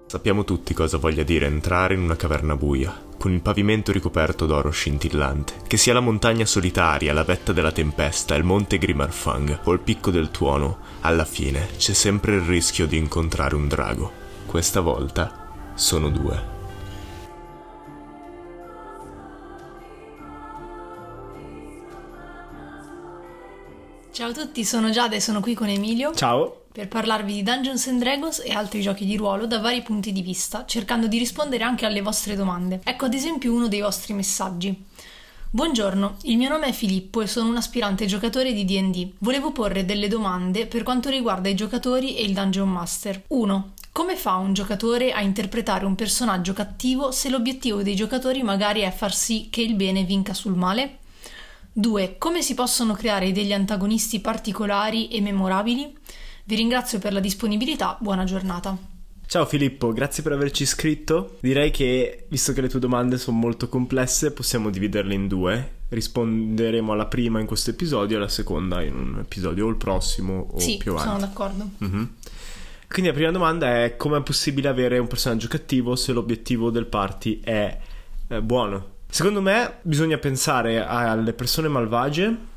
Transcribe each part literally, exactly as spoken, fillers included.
Sappiamo tutti cosa voglia dire entrare in una caverna buia, con il pavimento ricoperto d'oro scintillante. Che sia la montagna solitaria, la vetta della tempesta, il monte Grimarfang o il picco del tuono, alla fine c'è sempre il rischio di incontrare un drago. Questa volta sono due. Ciao a tutti, sono Giada e sono qui con Emilio. Ciao. Per parlarvi di Dungeons and Dragons e altri giochi di ruolo da vari punti di vista, cercando di rispondere anche alle vostre domande. Ecco ad esempio uno dei vostri messaggi. Buongiorno, il mio nome è Filippo e sono un aspirante giocatore di D and D. Volevo porre delle domande per quanto riguarda i giocatori e il Dungeon Master. uno. Come fa un giocatore a interpretare un personaggio cattivo se l'obiettivo dei giocatori magari è far sì che il bene vinca sul male? due. Come si possono creare degli antagonisti particolari e memorabili? Vi ringrazio per la disponibilità, buona giornata. Ciao Filippo, grazie per averci iscritto. Direi che, visto che le tue domande sono molto complesse, possiamo dividerle in due. Risponderemo alla prima in questo episodio e alla seconda in un episodio o il prossimo o sì, più avanti. Sì, sono d'accordo. Mm-hmm. Quindi la prima domanda è: come è possibile avere un personaggio cattivo se l'obiettivo del party è eh, buono? Secondo me bisogna pensare alle persone malvagie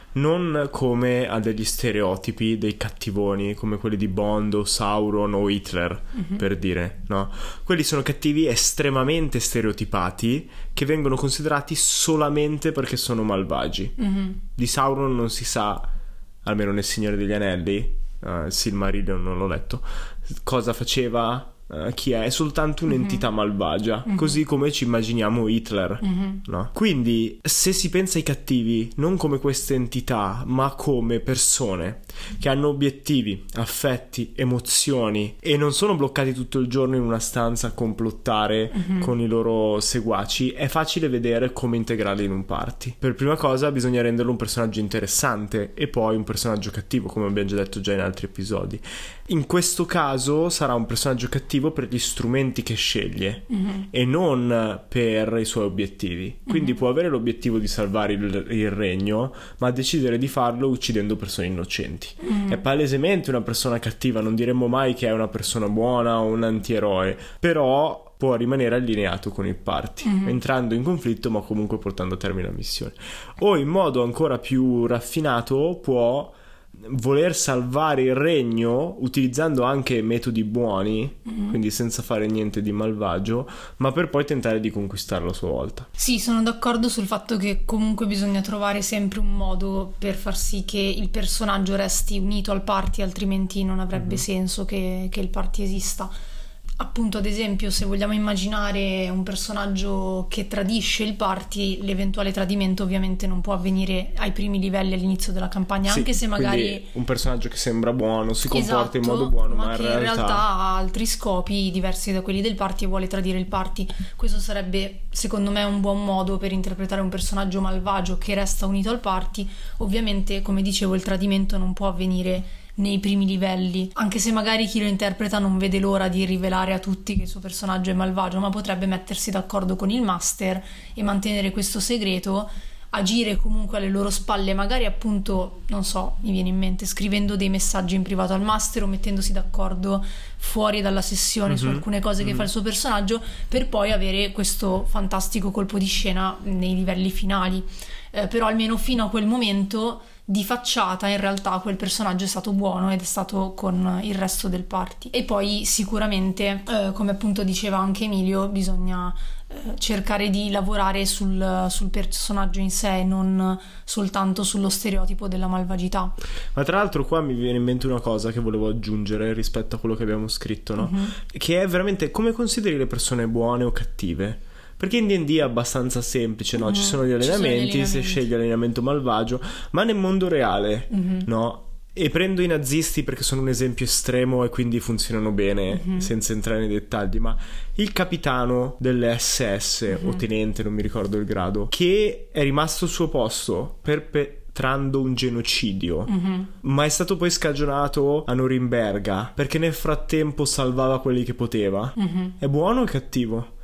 non come a degli stereotipi dei cattivoni come quelli di Bond o Sauron o Hitler, mm-hmm. per dire, no? Quelli sono cattivi estremamente stereotipati che vengono considerati solamente perché sono malvagi. Mm-hmm. Di Sauron non si sa, almeno nel Signore degli Anelli, uh, Silmarillion non l'ho letto, cosa faceva. Uh, chi è? È soltanto un'entità mm-hmm. malvagia, mm-hmm. così come ci immaginiamo Hitler, mm-hmm. no? Quindi se si pensa ai cattivi non come queste entità ma come persone che hanno obiettivi, affetti, emozioni e non sono bloccati tutto il giorno in una stanza a complottare mm-hmm. con i loro seguaci, è facile vedere come integrarli in un party. Per prima cosa bisogna renderlo un personaggio interessante e poi un personaggio cattivo, come abbiamo già detto già in altri episodi. In questo caso sarà un personaggio cattivo per gli strumenti che sceglie mm-hmm. e non per i suoi obiettivi. Quindi mm-hmm. può avere l'obiettivo di salvare il, il regno, ma decidere di farlo uccidendo persone innocenti. Mm-hmm. È palesemente una persona cattiva, non diremmo mai che è una persona buona o un antieroe, però può rimanere allineato con il party, mm-hmm. entrando in conflitto ma comunque portando a termine la missione. O in modo ancora più raffinato può voler salvare il regno utilizzando anche metodi buoni, mm-hmm. quindi senza fare niente di malvagio, ma per poi tentare di conquistarlo a sua volta. Sì, sono d'accordo sul fatto che comunque bisogna trovare sempre un modo per far sì che il personaggio resti unito al party, altrimenti non avrebbe mm-hmm. senso che, che il party esista. Appunto, ad esempio, se vogliamo immaginare un personaggio che tradisce il party, l'eventuale tradimento ovviamente non può avvenire ai primi livelli all'inizio della campagna, sì, anche se magari un personaggio che sembra buono si comporta esatto, in modo buono, ma, ma in che realtà... in realtà ha altri scopi diversi da quelli del party e vuole tradire il party. Questo sarebbe, secondo me, un buon modo per interpretare un personaggio malvagio che resta unito al party. Ovviamente, come dicevo, il tradimento non può avvenire nei primi livelli, anche se magari chi lo interpreta non vede l'ora di rivelare a tutti che il suo personaggio è malvagio, ma potrebbe mettersi d'accordo con il master e mantenere questo segreto, agire comunque alle loro spalle, magari appunto, non so, mi viene in mente, scrivendo dei messaggi in privato al master o mettendosi d'accordo fuori dalla sessione mm-hmm. su alcune cose che mm-hmm. fa il suo personaggio, per poi avere questo fantastico colpo di scena nei livelli finali. Eh, però almeno fino a quel momento di facciata in realtà quel personaggio è stato buono ed è stato con il resto del party. E poi sicuramente eh, come appunto diceva anche Emilio, bisogna eh, cercare di lavorare sul, sul personaggio in sé, non soltanto sullo stereotipo della malvagità. Ma tra l'altro qua mi viene in mente una cosa che volevo aggiungere rispetto a quello che abbiamo scritto, no? Mm-hmm. Che è veramente come consideri le persone buone o cattive. Perché in D and D è abbastanza semplice, no? Mm-hmm. Ci sono gli allenamenti, sono gli allenamenti, se scegli l'allenamento malvagio, ma nel mondo reale, mm-hmm. no? E prendo i nazisti perché sono un esempio estremo e quindi funzionano bene, mm-hmm. senza entrare nei dettagli, ma il capitano delle S S mm-hmm. o tenente, non mi ricordo il grado, che è rimasto al suo posto perpetrando un genocidio, mm-hmm. ma è stato poi scagionato a Norimberga perché nel frattempo salvava quelli che poteva. Mm-hmm. È buono o cattivo?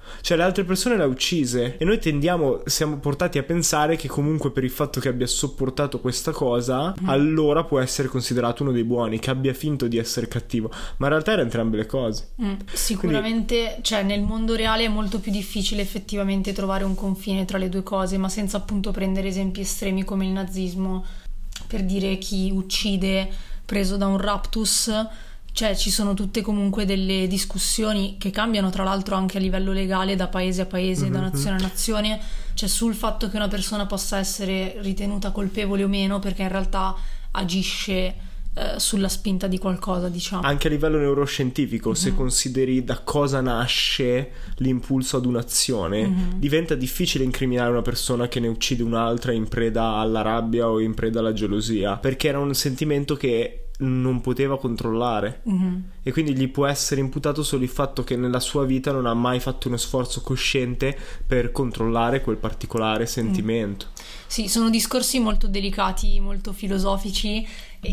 Cioè le altre persone le ha uccise e noi tendiamo, siamo portati a pensare che comunque per il fatto che abbia sopportato questa cosa mm. allora può essere considerato uno dei buoni, che abbia finto di essere cattivo, ma in realtà era entrambe le cose. mm. Sicuramente Quindi... cioè nel mondo reale è molto più difficile effettivamente trovare un confine tra le due cose, ma senza appunto prendere esempi estremi come il nazismo, per dire chi uccide preso da un raptus. Cioè ci sono tutte comunque delle discussioni che cambiano tra l'altro anche a livello legale da paese a paese, mm-hmm. da nazione a nazione, cioè sul fatto che una persona possa essere ritenuta colpevole o meno perché in realtà agisce eh, sulla spinta di qualcosa, diciamo. Anche a livello neuroscientifico, mm-hmm. se consideri da cosa nasce l'impulso ad un'azione, mm-hmm. diventa difficile incriminare una persona che ne uccide un'altra in preda alla rabbia o in preda alla gelosia, perché era un sentimento che non poteva controllare, mm-hmm. e quindi gli può essere imputato solo il fatto che nella sua vita non ha mai fatto uno sforzo cosciente per controllare quel particolare sentimento. Mm. Sì, sono discorsi molto delicati, molto filosofici,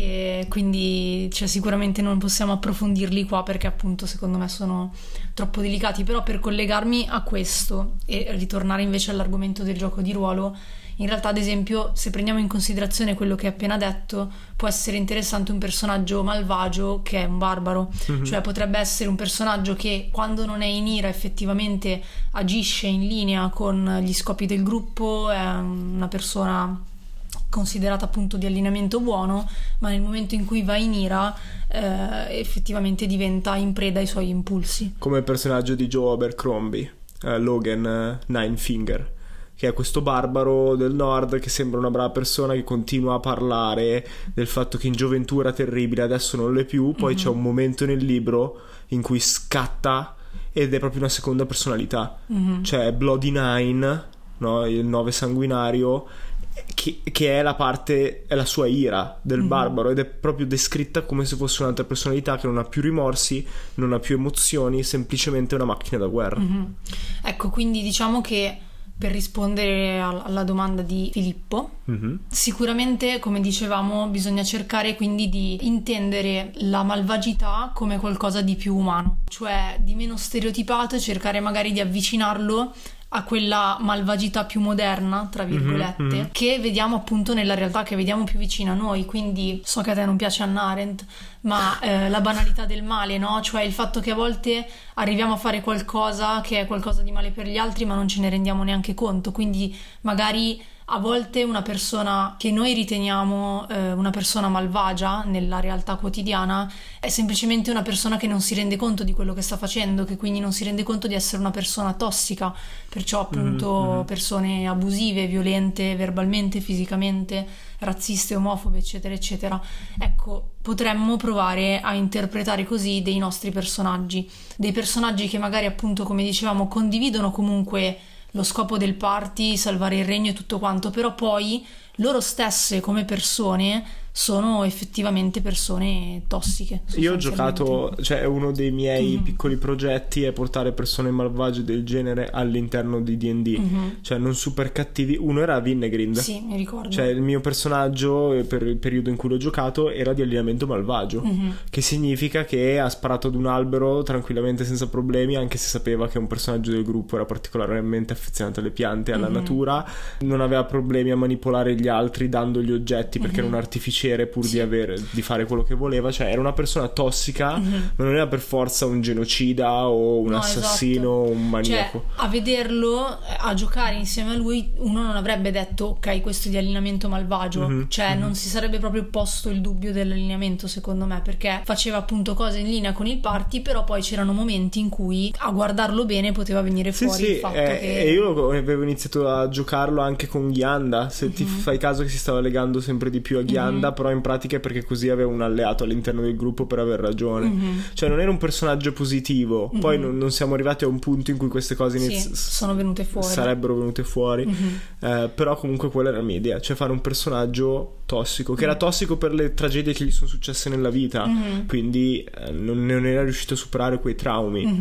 e quindi cioè, sicuramente non possiamo approfondirli qua perché appunto secondo me sono troppo delicati. Però per collegarmi a questo e ritornare invece all'argomento del gioco di ruolo, in realtà ad esempio se prendiamo in considerazione quello che hai appena detto, può essere interessante un personaggio malvagio che è un barbaro, mm-hmm. cioè potrebbe essere un personaggio che quando non è in ira effettivamente agisce in linea con gli scopi del gruppo, è una persona considerata appunto di allineamento buono, ma nel momento in cui va in ira eh, effettivamente diventa in preda ai suoi impulsi, come il personaggio di Joe Abercrombie, uh, Logan uh, Ninefinger, che è questo barbaro del nord che sembra una brava persona, che continua a parlare del fatto che in gioventù era terribile, adesso non lo è più. Poi mm-hmm. c'è un momento nel libro in cui scatta ed è proprio una seconda personalità, mm-hmm. cioè Bloody Nine, no? Il nove sanguinario, che, che è la parte, è la sua ira del mm-hmm. barbaro, ed è proprio descritta come se fosse un'altra personalità che non ha più rimorsi, non ha più emozioni, semplicemente una macchina da guerra. Mm-hmm. Ecco, quindi diciamo che per rispondere alla domanda di Filippo, mm-hmm. sicuramente, come dicevamo, bisogna cercare quindi di intendere la malvagità come qualcosa di più umano, cioè di meno stereotipato, e cercare magari di avvicinarlo a quella malvagità più moderna, tra virgolette, mm-hmm. che vediamo appunto nella realtà, che vediamo più vicina a noi. Quindi so che a te non piace Hannah Arendt, ma eh, la banalità del male, no? Cioè il fatto che a volte arriviamo a fare qualcosa che è qualcosa di male per gli altri ma non ce ne rendiamo neanche conto. Quindi magari a volte una persona che noi riteniamo eh, una persona malvagia nella realtà quotidiana è semplicemente una persona che non si rende conto di quello che sta facendo, che quindi non si rende conto di essere una persona tossica, perciò appunto mm-hmm. persone abusive, violente, verbalmente, fisicamente, razziste, omofobe, eccetera eccetera. Ecco, potremmo provare a interpretare così dei nostri personaggi, dei personaggi che magari appunto, come dicevamo, condividono comunque lo scopo del party, salvare il regno e tutto quanto, però poi loro stesse come persone sono effettivamente persone tossiche. Io ho giocato, cioè uno dei miei mm-hmm. piccoli progetti è portare persone malvagie del genere all'interno di D and D, mm-hmm. cioè non super cattivi. Uno era Vinnegrind, sì, mi ricordo, cioè il mio personaggio per il periodo in cui l'ho giocato era di allineamento malvagio, mm-hmm. che significa che ha sparato ad un albero tranquillamente senza problemi, anche se sapeva che un personaggio del gruppo era particolarmente affezionato alle piante e alla mm-hmm. natura. Non aveva problemi a manipolare gli altri dandogli oggetti perché mm-hmm. era un artificiere pur sì. di avere di fare quello che voleva. Cioè era una persona tossica, mm-hmm. ma non era per forza un genocida o un no, assassino o esatto. un maniaco. Cioè, a vederlo, a giocare insieme a lui, uno non avrebbe detto ok, questo è di allineamento malvagio, mm-hmm. cioè mm-hmm. non si sarebbe proprio posto il dubbio dell'allineamento, secondo me, perché faceva appunto cose in linea con il party, però poi c'erano momenti in cui a guardarlo bene poteva venire sì, fuori sì, il fatto eh, che... e io avevo iniziato a giocarlo anche con Ghianda, se mm-hmm. ti fai caso che si stava legando sempre di più a Ghianda, mm-hmm. però in pratica è perché così aveva un alleato all'interno del gruppo per aver ragione, mm-hmm. cioè non era un personaggio positivo, mm-hmm. poi non, non siamo arrivati a un punto in cui queste cose iniz- sì, sono venute fuori sarebbero venute fuori, mm-hmm. eh, però comunque quella era la mia idea, cioè fare un personaggio tossico, che mm-hmm. era tossico per le tragedie che gli sono successe nella vita, mm-hmm. quindi eh, non, non era riuscito a superare quei traumi, mm-hmm.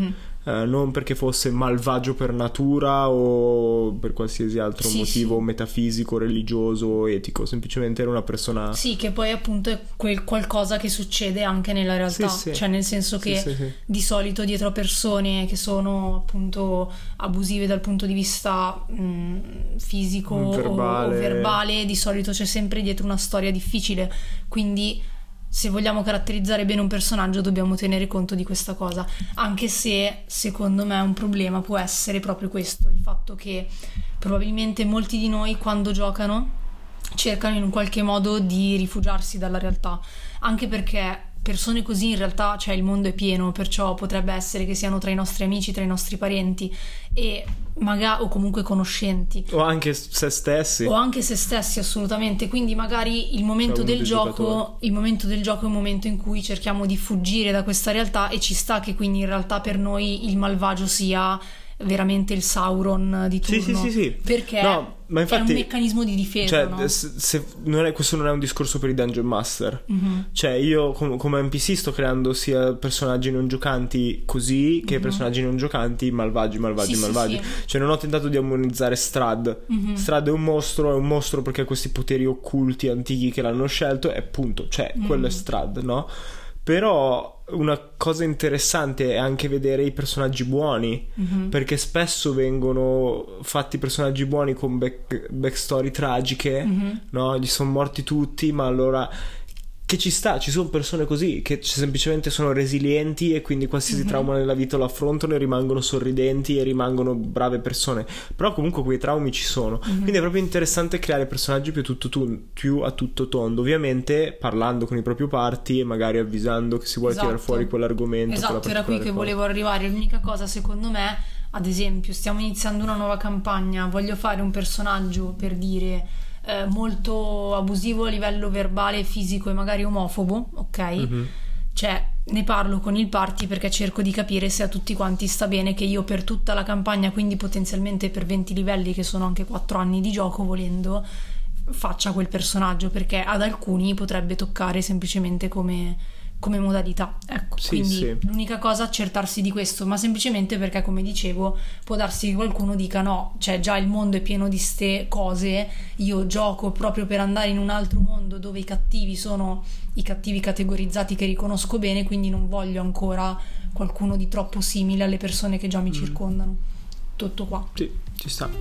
eh, non perché fosse malvagio per natura o per qualsiasi altro sì, motivo sì. metafisico, religioso, etico, semplicemente era una persona... Sì, che poi appunto è quel qualcosa che succede anche nella realtà, Sì, sì. cioè nel senso che Sì, sì, sì. di solito dietro a persone che sono appunto abusive dal punto di vista mh, fisico Verbale. O, o verbale, di solito c'è sempre dietro una storia difficile, quindi se vogliamo caratterizzare bene un personaggio dobbiamo tenere conto di questa cosa, anche se secondo me un problema può essere proprio questo, il fatto che probabilmente molti di noi quando giocano cercano in un qualche modo di rifugiarsi dalla realtà, anche perché persone così in realtà, cioè il mondo è pieno, perciò potrebbe essere che siano tra i nostri amici, tra i nostri parenti e magari o comunque conoscenti O anche se stessi. o anche se stessi, assolutamente. Quindi magari il momento Cioè, uno del dei gioco giocatori. il momento del gioco è un momento in cui cerchiamo di fuggire da questa realtà e ci sta che quindi in realtà per noi il malvagio sia veramente il Sauron di turno. Sì, sì, sì, sì. Perché No, ma infatti, è un meccanismo di difesa, cioè, no? se, se- non è, questo non è un discorso per i Dungeon Master. Mhm. Cioè, io com- come N P C sto creando sia personaggi non giocanti così che Mhm. personaggi non giocanti malvagi, malvagi, Sì, sì, malvagi. sì. Cioè, non ho tentato di ammonizzare Strad. Mhm. Strad è un mostro, è un mostro perché ha questi poteri occulti antichi che l'hanno scelto e punto. Cioè, quello è Mhm. Strad, no? Però una cosa interessante è anche vedere i personaggi buoni, Mhm. perché spesso vengono fatti personaggi buoni con back- backstory tragiche, Mhm. no? Gli sono morti tutti, ma allora che ci sta, ci sono persone così che c- semplicemente sono resilienti e quindi qualsiasi Mhm. trauma nella vita lo affrontano e rimangono sorridenti e rimangono brave persone, però comunque quei traumi ci sono. Mhm. Quindi è proprio interessante creare personaggi più, tutto tu- più a tutto tondo, ovviamente parlando con i propri party e magari avvisando che si vuole Esatto. tirare fuori quell'argomento, Esatto, quella era qui che particolare volevo arrivare. L'unica cosa, secondo me, ad esempio, stiamo iniziando una nuova campagna, voglio fare un personaggio, per dire, eh, molto abusivo a livello verbale, fisico e magari omofobo, ok? Mhm. Cioè, ne parlo con il party perché cerco di capire se a tutti quanti sta bene che io per tutta la campagna, quindi potenzialmente per venti livelli, che sono anche quattro anni di gioco, volendo, faccia quel personaggio, perché ad alcuni potrebbe toccare semplicemente come, come modalità, ecco. Sì, Quindi sì. l'unica cosa è accertarsi di questo, ma semplicemente perché, come dicevo, può darsi che qualcuno dica no, cioè già il mondo è pieno di ste cose, io gioco proprio per andare in un altro mondo dove i cattivi sono i cattivi categorizzati che riconosco bene, quindi non voglio ancora qualcuno di troppo simile alle persone che già mi Mm. circondano. Tutto qua. Sì, ci sta.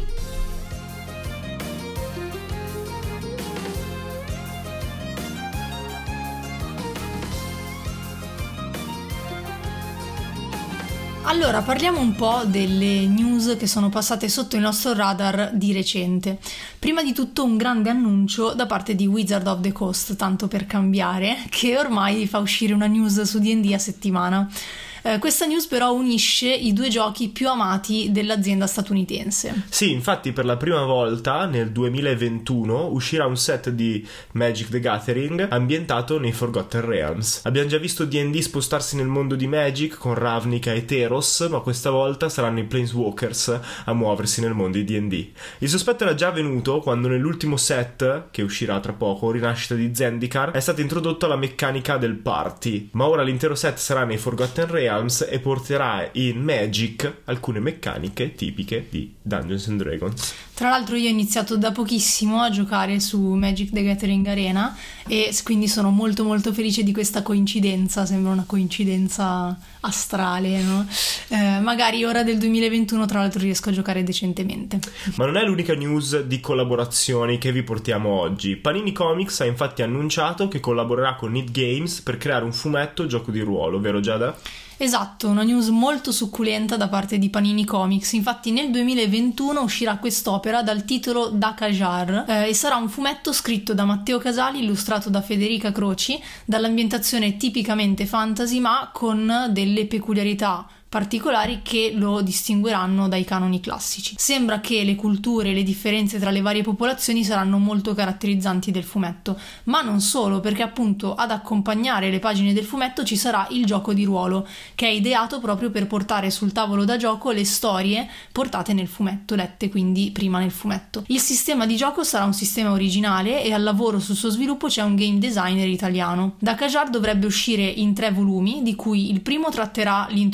Allora, parliamo un po' delle news che sono passate sotto il nostro radar di recente. Prima di tutto un grande annuncio da parte di Wizard of the Coast, tanto per cambiare, che ormai fa uscire una news su D and D a settimana. Eh, questa news però unisce i due giochi più amati dell'azienda statunitense. Sì, infatti per la prima volta nel duemilaventuno uscirà un set di Magic the Gathering ambientato nei Forgotten Realms. Abbiamo già visto D and D spostarsi nel mondo di Magic con Ravnica e Theros, ma questa volta saranno i Planeswalkers a muoversi nel mondo di D and D. Il sospetto era già avvenuto quando nell'ultimo set, che uscirà tra poco, Rinascita di Zendikar, è stata introdotta la meccanica del party, ma ora l'intero set sarà nei Forgotten Realms e porterà in Magic alcune meccaniche tipiche di Dungeons and Dragons. Tra l'altro io ho iniziato da pochissimo a giocare su Magic the Gathering Arena e quindi sono molto molto felice di questa coincidenza, sembra una coincidenza astrale, no? Eh, magari ora del duemilaventuno tra l'altro riesco a giocare decentemente. Ma non è l'unica news di collaborazioni che vi portiamo oggi. Panini Comics ha infatti annunciato che collaborerà con Need Games per creare un fumetto gioco di ruolo, vero Giada? Esatto, una news molto succulenta da parte di Panini Comics. Infatti nel duemilaventuno uscirà quest'opera dal titolo Da Kajar eh, e sarà un fumetto scritto da Matteo Casali, illustrato da Federica Croci, dall'ambientazione tipicamente fantasy ma con delle peculiarità particolari che lo distingueranno dai canoni classici. Sembra che le culture e le differenze tra le varie popolazioni saranno molto caratterizzanti del fumetto, ma non solo, perché appunto ad accompagnare le pagine del fumetto ci sarà il gioco di ruolo, che è ideato proprio per portare sul tavolo da gioco le storie portate nel fumetto, lette quindi prima nel fumetto. Il sistema di gioco sarà un sistema originale e al lavoro sul suo sviluppo c'è un game designer italiano. Da Kajar dovrebbe uscire in tre volumi, di cui il primo tratterà l'introduzione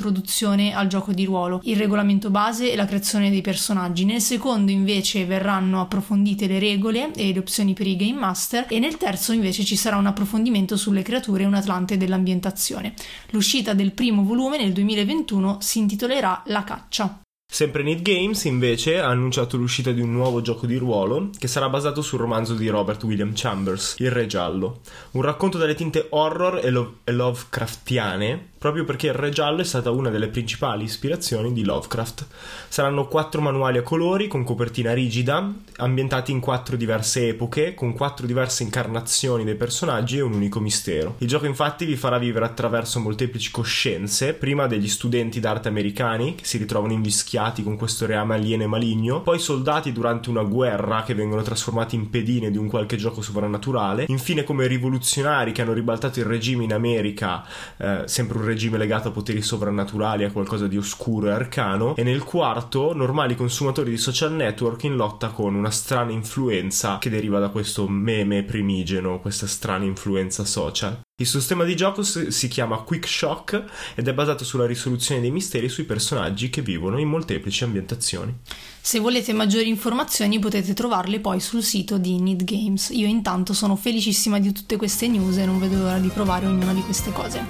introduzione al gioco di ruolo, il regolamento base e la creazione dei personaggi. Nel secondo invece verranno approfondite le regole e le opzioni per i Game Master, e nel terzo invece ci sarà un approfondimento sulle creature e un atlante dell'ambientazione. L'uscita del primo volume nel duemilaventuno si intitolerà La caccia. Sempre Need Games invece ha annunciato l'uscita di un nuovo gioco di ruolo che sarà basato sul romanzo di Robert William Chambers, Il Re Giallo, un racconto dalle tinte horror e, lo- e Lovecraftiane, proprio perché Il Re Giallo è stata una delle principali ispirazioni di Lovecraft. Saranno quattro manuali a colori con copertina rigida, ambientati in quattro diverse epoche, con quattro diverse incarnazioni dei personaggi e un unico mistero. Il gioco infatti vi farà vivere attraverso molteplici coscienze, prima degli studenti d'arte americani che si ritrovano invischiati con questo reame alieno e maligno, poi soldati durante una guerra che vengono trasformati in pedine di un qualche gioco sovrannaturale, infine come rivoluzionari che hanno ribaltato il regime in America, eh, sempre un regime legato a poteri sovrannaturali, a qualcosa di oscuro e arcano, e nel quarto normali consumatori di social network in lotta con una strana influenza che deriva da questo meme primigeno, questa strana influenza social. Il sistema di gioco si chiama Quick Shock ed è basato sulla risoluzione dei misteri sui personaggi che vivono in molteplici ambientazioni. Se volete maggiori informazioni potete trovarle poi sul sito di Need Games. Io intanto sono felicissima di tutte queste news e non vedo l'ora di provare ognuna di queste cose.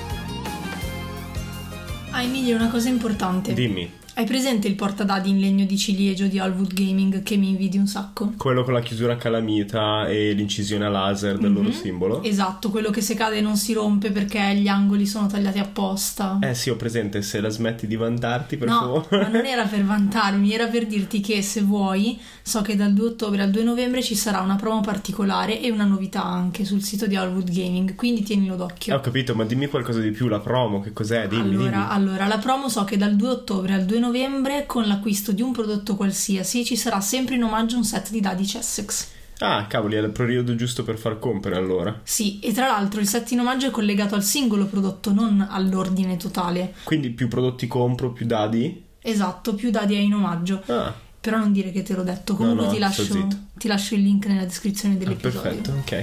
Ah, Emilia, una cosa importante. Dimmi. Hai presente il portadadi in legno di ciliegio di Allwood Gaming che mi invidi un sacco? Quello con la chiusura calamita e l'incisione a laser del mm-hmm. loro simbolo? Esatto, quello che se cade non si rompe perché gli angoli sono tagliati apposta. Eh sì, ho presente, se la smetti di vantarti per no, favore. No, ma non era per vantarmi, era per dirti che se vuoi, so che dal due ottobre al due novembre ci sarà una promo particolare e una novità anche sul sito di Allwood Gaming, quindi tienilo d'occhio. Eh, ho capito, ma dimmi qualcosa di più, la promo, che cos'è? Dimmi, allora, dimmi. Allora, la promo so che dal due ottobre al due novembre con l'acquisto di un prodotto qualsiasi ci sarà sempre in omaggio un set di dadi Chessex. Ah, cavoli, è il periodo giusto per far compere allora. Sì, e tra l'altro il set in omaggio è collegato al singolo prodotto, non all'ordine totale. Quindi più prodotti compro, più dadi? Esatto, più dadi è in omaggio. Ah. Però non dire che te l'ho detto, comunque no, no, ti, lascio, ti lascio il link nella descrizione dell'episodio. Ah, perfetto, ok.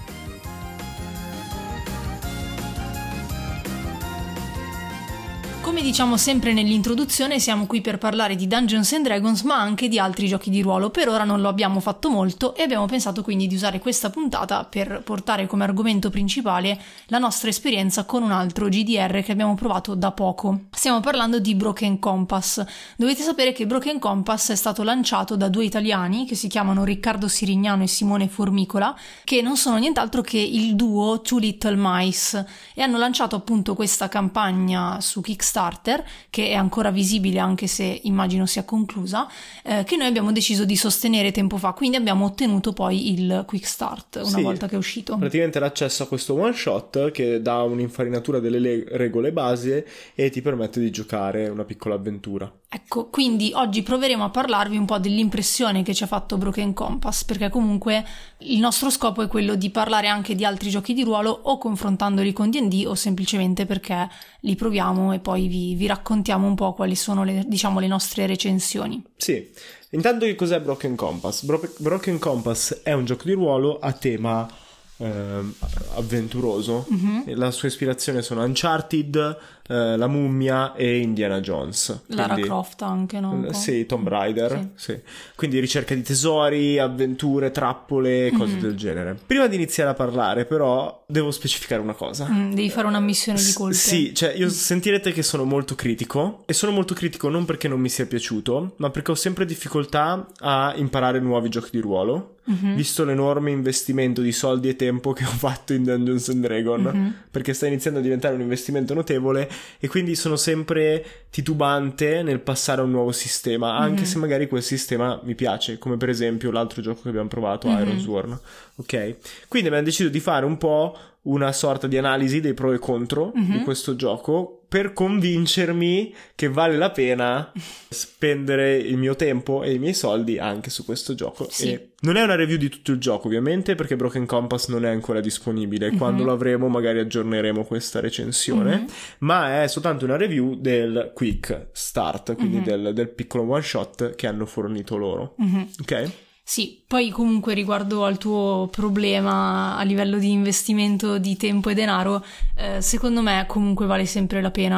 Come diciamo sempre nell'introduzione, siamo qui per parlare di Dungeons and Dragons, ma anche di altri giochi di ruolo. Per ora non lo abbiamo fatto molto e abbiamo pensato quindi di usare questa puntata per portare come argomento principale la nostra esperienza con un altro G D R che abbiamo provato da poco. Stiamo parlando di Broken Compass. Dovete sapere che Broken Compass è stato lanciato da due italiani che si chiamano Riccardo Sirignano e Simone Formicola, che non sono nient'altro che il duo Two Little Mice, e hanno lanciato appunto questa campagna su Kickstarter che è ancora visibile anche se immagino sia conclusa, eh, che noi abbiamo deciso di sostenere tempo fa, quindi abbiamo ottenuto poi il Quick Start una sì, volta che è uscito. Praticamente l'accesso a questo one shot che dà un'infarinatura delle le- regole base e ti permette di giocare una piccola avventura. Ecco, quindi oggi proveremo a parlarvi un po' dell'impressione che ci ha fatto Broken Compass, perché comunque il nostro scopo è quello di parlare anche di altri giochi di ruolo, o confrontandoli con D and D o semplicemente perché li proviamo e poi vi, vi raccontiamo un po' quali sono le, diciamo, le nostre recensioni. Sì, intanto che cos'è Broken Compass? Bro- Broken Compass è un gioco di ruolo a tema eh, avventuroso. Mm-hmm. La sua ispirazione sono Uncharted, eh, La Mummia e Indiana Jones. Lara Quindi, Croft anche, no? Sì, Tomb Raider. Sì. Sì. Quindi ricerca di tesori, avventure, trappole, cose mm-hmm. del genere. Prima di iniziare a parlare però devo specificare una cosa. Mm, devi fare una missione di colpe. Sì, cioè io sentirete che sono molto critico, e sono molto critico non perché non mi sia piaciuto, ma perché ho sempre difficoltà a imparare nuovi giochi di ruolo. Mm-hmm. Visto l'enorme investimento di soldi e tempo che ho fatto in Dungeons and Dragons, mm-hmm. perché sta iniziando a diventare un investimento notevole, e quindi sono sempre titubante nel passare a un nuovo sistema, anche mm-hmm. se magari quel sistema mi piace, come per esempio l'altro gioco che abbiamo provato, mm-hmm. Ironsworn. Ok? Quindi abbiamo deciso di fare un po' una sorta di analisi dei pro e contro mm-hmm. di questo gioco, per convincermi che vale la pena spendere il mio tempo e i miei soldi anche su questo gioco. Sì. E non è una review di tutto il gioco, ovviamente, perché Broken Compass non è ancora disponibile. Mm-hmm. Quando lo avremo magari aggiorneremo questa recensione, mm-hmm. ma è soltanto una review del Quick Start, quindi mm-hmm. del, del piccolo one shot che hanno fornito loro. Mm-hmm. Ok? Sì, poi comunque riguardo al tuo problema a livello di investimento di tempo e denaro, eh, secondo me comunque vale sempre la pena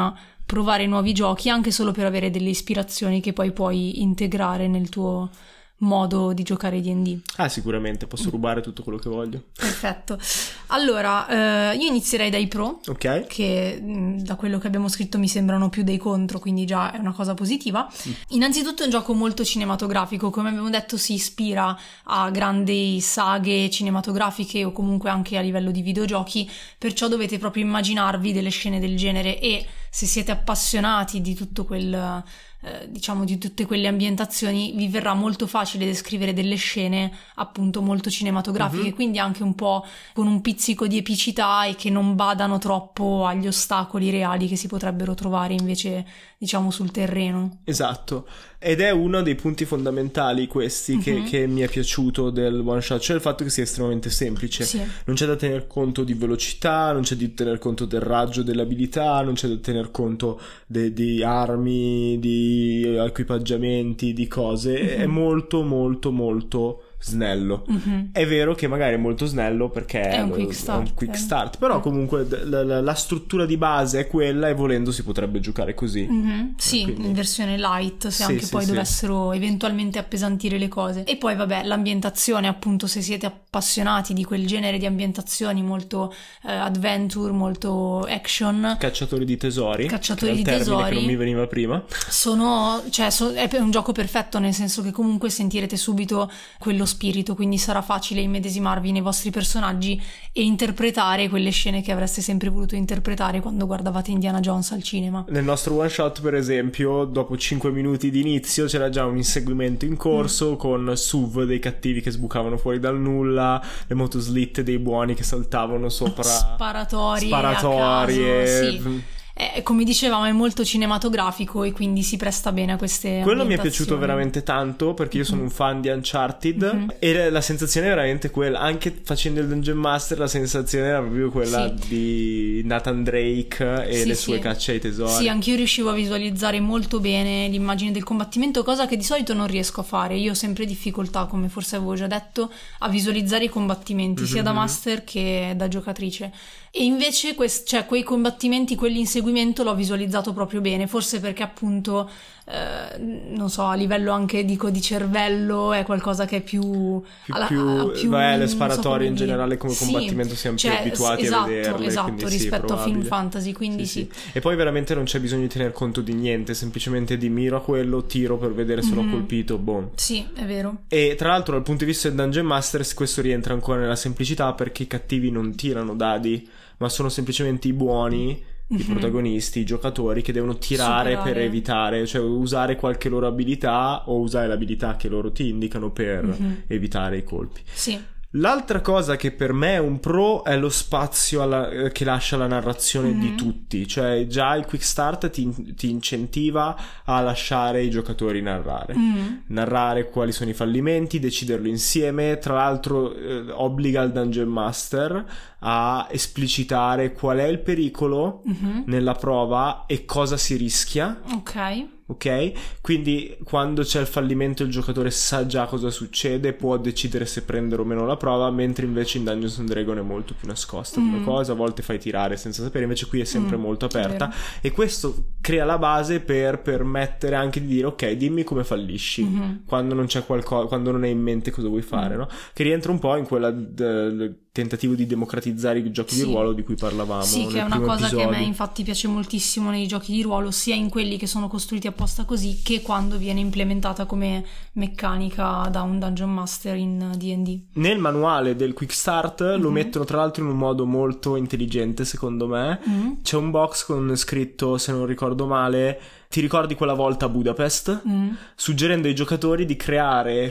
provare nuovi giochi, anche solo per avere delle ispirazioni che poi puoi integrare nel tuo modo di giocare D and D. Ah, sicuramente, posso rubare tutto quello che voglio. Perfetto. Allora, eh, io inizierei dai pro, Ok. che mh, da quello che abbiamo scritto mi sembrano più dei contro, quindi già è una cosa positiva. Mm. Innanzitutto è un gioco molto cinematografico, come abbiamo detto si ispira a grandi saghe cinematografiche o comunque anche a livello di videogiochi, perciò dovete proprio immaginarvi delle scene del genere, e se siete appassionati di tutto quel... Eh, diciamo di tutte quelle ambientazioni, vi verrà molto facile descrivere delle scene appunto molto cinematografiche, uh-huh. quindi anche un po' con un pizzico di epicità e che non badano troppo agli ostacoli reali che si potrebbero trovare invece diciamo sul terreno. Esatto, ed è uno dei punti fondamentali questi uh-huh. che, che mi è piaciuto del one shot, cioè il fatto che sia estremamente semplice. Sì. Non c'è da tener conto di velocità, non c'è da tener conto del raggio delle abilità, non c'è da tener conto de- di armi, di equipaggiamenti, di cose. Uh-huh. È molto molto molto snello. Uh-huh. È vero che magari è molto snello perché è un lo, quick start, è un quick start però comunque la, la, la struttura di base è quella e volendo si potrebbe giocare così. Uh-huh. Sì, quindi... in versione light, se sì, anche sì, poi sì. dovessero eventualmente appesantire le cose. E poi vabbè, l'ambientazione, appunto, se siete appassionati di quel genere di ambientazioni molto eh, adventure, molto action, cacciatori di tesori, cacciatori di termine tesori che non mi veniva prima, sono, cioè, so, è un gioco perfetto, nel senso che comunque sentirete subito quello spirito, quindi sarà facile immedesimarvi nei vostri personaggi e interpretare quelle scene che avreste sempre voluto interpretare quando guardavate Indiana Jones al cinema. Nel nostro one shot, per esempio, dopo cinque minuti di inizio c'era già un inseguimento in corso mm. con S U V dei cattivi che sbucavano fuori dal nulla, le motoslitte dei buoni che saltavano sopra sparatorie, sparatorie a caso, sì. Eh, come dicevamo è molto cinematografico e quindi si presta bene a queste quello mi è piaciuto veramente tanto perché io sono mm-hmm. un fan di Uncharted mm-hmm. e la sensazione è veramente quella, anche facendo il Dungeon Master la sensazione era proprio quella sì. di Nathan Drake e sì, le sì. sue cacce ai tesori. Sì, anch'io riuscivo a visualizzare molto bene l'immagine del combattimento, cosa che di solito non riesco a fare. Io ho sempre difficoltà, come forse avevo già detto, a visualizzare i combattimenti mm-hmm. sia da master che da giocatrice. E invece quest- cioè, quei combattimenti, quelli in seguimento l'ho visualizzato proprio bene, forse perché appunto eh, non so, a livello anche dico di cervello è qualcosa che è più più, alla, più, più beh, le sparatorie so in generale come sì, combattimento siamo cioè, più abituati esatto, a vederle, esatto rispetto sì, a film fantasy, quindi sì, sì. sì e poi veramente non c'è bisogno di tener conto di niente, semplicemente di miro a quello, tiro per vedere se mm-hmm. l'ho colpito, boh. Sì, è vero. E tra l'altro dal punto di vista del Dungeon Masters questo rientra ancora nella semplicità, perché i cattivi non tirano dadi ma sono semplicemente i buoni, mm-hmm. i protagonisti, i giocatori che devono tirare Superare. per evitare, cioè usare qualche loro abilità o usare l'abilità che loro ti indicano per mm-hmm. evitare i colpi. Sì. L'altra cosa che per me è un pro è lo spazio alla, che lascia la narrazione mm-hmm. di tutti, cioè già il quick start ti, ti incentiva a lasciare i giocatori narrare mm-hmm. narrare quali sono i fallimenti, deciderlo insieme, tra l'altro eh, obbliga il Dungeon Master a esplicitare qual è il pericolo mm-hmm. nella prova e cosa si rischia. Ok. Ok? Quindi quando c'è il fallimento il giocatore sa già cosa succede, può decidere se prendere o meno la prova, mentre invece in Dungeons and Dragons è molto più nascosta mm. come cosa, a volte fai tirare senza sapere, invece qui è sempre mm. molto aperta e questo crea la base per permettere anche di dire ok, dimmi come fallisci mm-hmm. quando non c'è qualcosa, quando non hai in mente cosa vuoi fare, mm. no? Che rientra un po' in quella d- d- tentativo di democratizzare i giochi sì. di ruolo di cui parlavamo. Sì, che è una cosa episodio. che a me infatti piace moltissimo nei giochi di ruolo, sia in quelli che sono costruiti apposta così che quando viene implementata come meccanica da un Dungeon Master in D and D. Nel manuale del Quick Start mm-hmm. lo mettono tra l'altro in un modo molto intelligente secondo me. Mm-hmm. C'è un box con scritto, se non ricordo male, ti ricordi quella volta a Budapest? Mm. Suggerendo ai giocatori di creare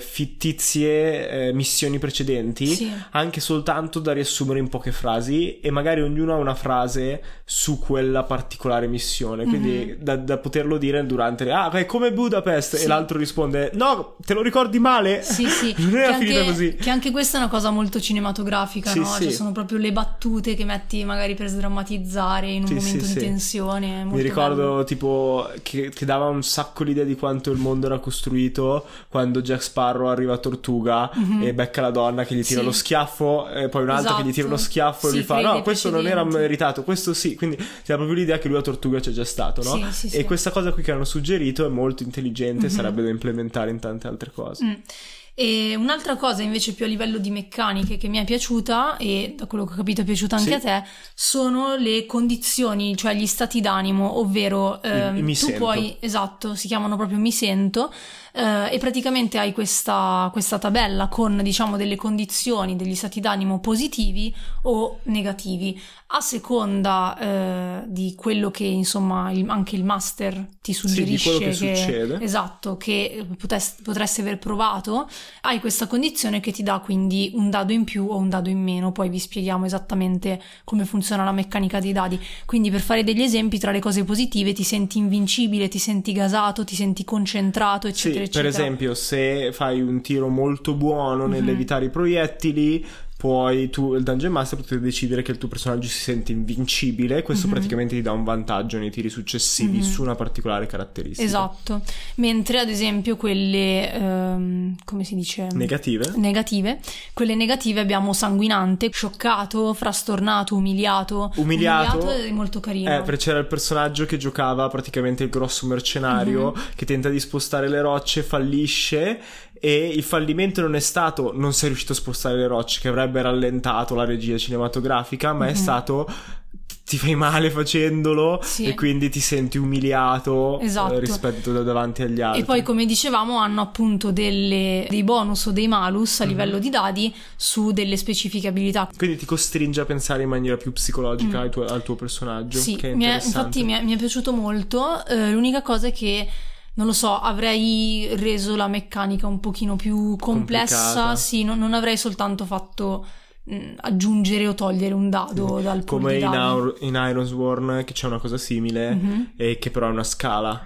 fittizie eh, missioni precedenti, sì. anche soltanto da riassumere in poche frasi, e magari ognuno ha una frase su quella particolare missione, quindi mm-hmm. da, da poterlo dire durante le... ah, è come Budapest, sì. e l'altro risponde no, te lo ricordi male? Sì, sì. Non era che finita anche, così. Che anche questa è una cosa molto cinematografica, sì, no? sì. Cioè sono proprio le battute che metti magari per sdrammatizzare in un sì, momento sì, di sì. tensione. Molto Mi ricordo bello. tipo che che, che dava un sacco l'idea di quanto il mondo era costruito quando Jack Sparrow arriva a Tortuga mm-hmm. e becca la donna che gli tira sì. lo schiaffo e poi un altro esatto. che gli tira uno schiaffo sì, e lui fa no questo non era meritato, questo sì, quindi ti dà proprio l'idea che lui a Tortuga c'è già stato, no? Sì, sì, e sì. questa cosa qui che hanno suggerito è molto intelligente, mm-hmm. sarebbe da implementare in tante altre cose. Mm. E un'altra cosa invece più a livello di meccaniche che mi è piaciuta, e da quello che ho capito è piaciuta anche sì. a te, sono le condizioni, cioè gli stati d'animo, ovvero ehm, mi, mi tu sento. puoi, esatto, si chiamano proprio mi sento, eh, e praticamente hai questa, questa tabella con diciamo delle condizioni, degli stati d'animo positivi o negativi. A seconda eh, di quello che insomma il, anche il master ti suggerisce sì, di quello che, che succede. Esatto, che potest, potresti aver provato, hai questa condizione che ti dà quindi un dado in più o un dado in meno. Poi vi spieghiamo esattamente come funziona la meccanica dei dadi. Quindi per fare degli esempi, tra le cose positive ti senti invincibile, ti senti gasato, ti senti concentrato, eccetera sì, eccetera. Per esempio se fai un tiro molto buono mm-hmm. nell'evitare i proiettili, poi tu, il Dungeon Master, potete decidere che il tuo personaggio si sente invincibile. Questo mm-hmm. praticamente ti dà un vantaggio nei tiri successivi mm-hmm. su una particolare caratteristica. Esatto. Mentre ad esempio quelle ehm, come si dice? Negative. Negative. Quelle negative abbiamo sanguinante, scioccato, frastornato, umiliato. Umiliato, umiliato è molto carino. Eh, perché c'era il personaggio che giocava praticamente il grosso mercenario mm-hmm. che tenta di spostare le rocce, fallisce. E il fallimento non è stato non sei riuscito a spostare le rocce, che avrebbe rallentato la regia cinematografica, ma mm-hmm. è stato ti fai male facendolo sì. e quindi ti senti umiliato esatto. eh, rispetto da davanti agli altri. E poi, come dicevamo, hanno appunto delle, dei bonus o dei malus a mm-hmm. livello di dadi su delle specifiche abilità. Quindi ti costringe a pensare in maniera più psicologica mm. al, tuo, al tuo personaggio. Sì, che è mi è, infatti mi è, mi è piaciuto molto. Eh, l'unica cosa è che non lo so, avrei reso la meccanica un pochino più complessa. Complicata. Sì, no, non avrei soltanto fatto mh, aggiungere o togliere un dado mm. dal pool come di in, dadi. Aur- in Ironsworn, che c'è una cosa simile mm-hmm. e che però è una scala.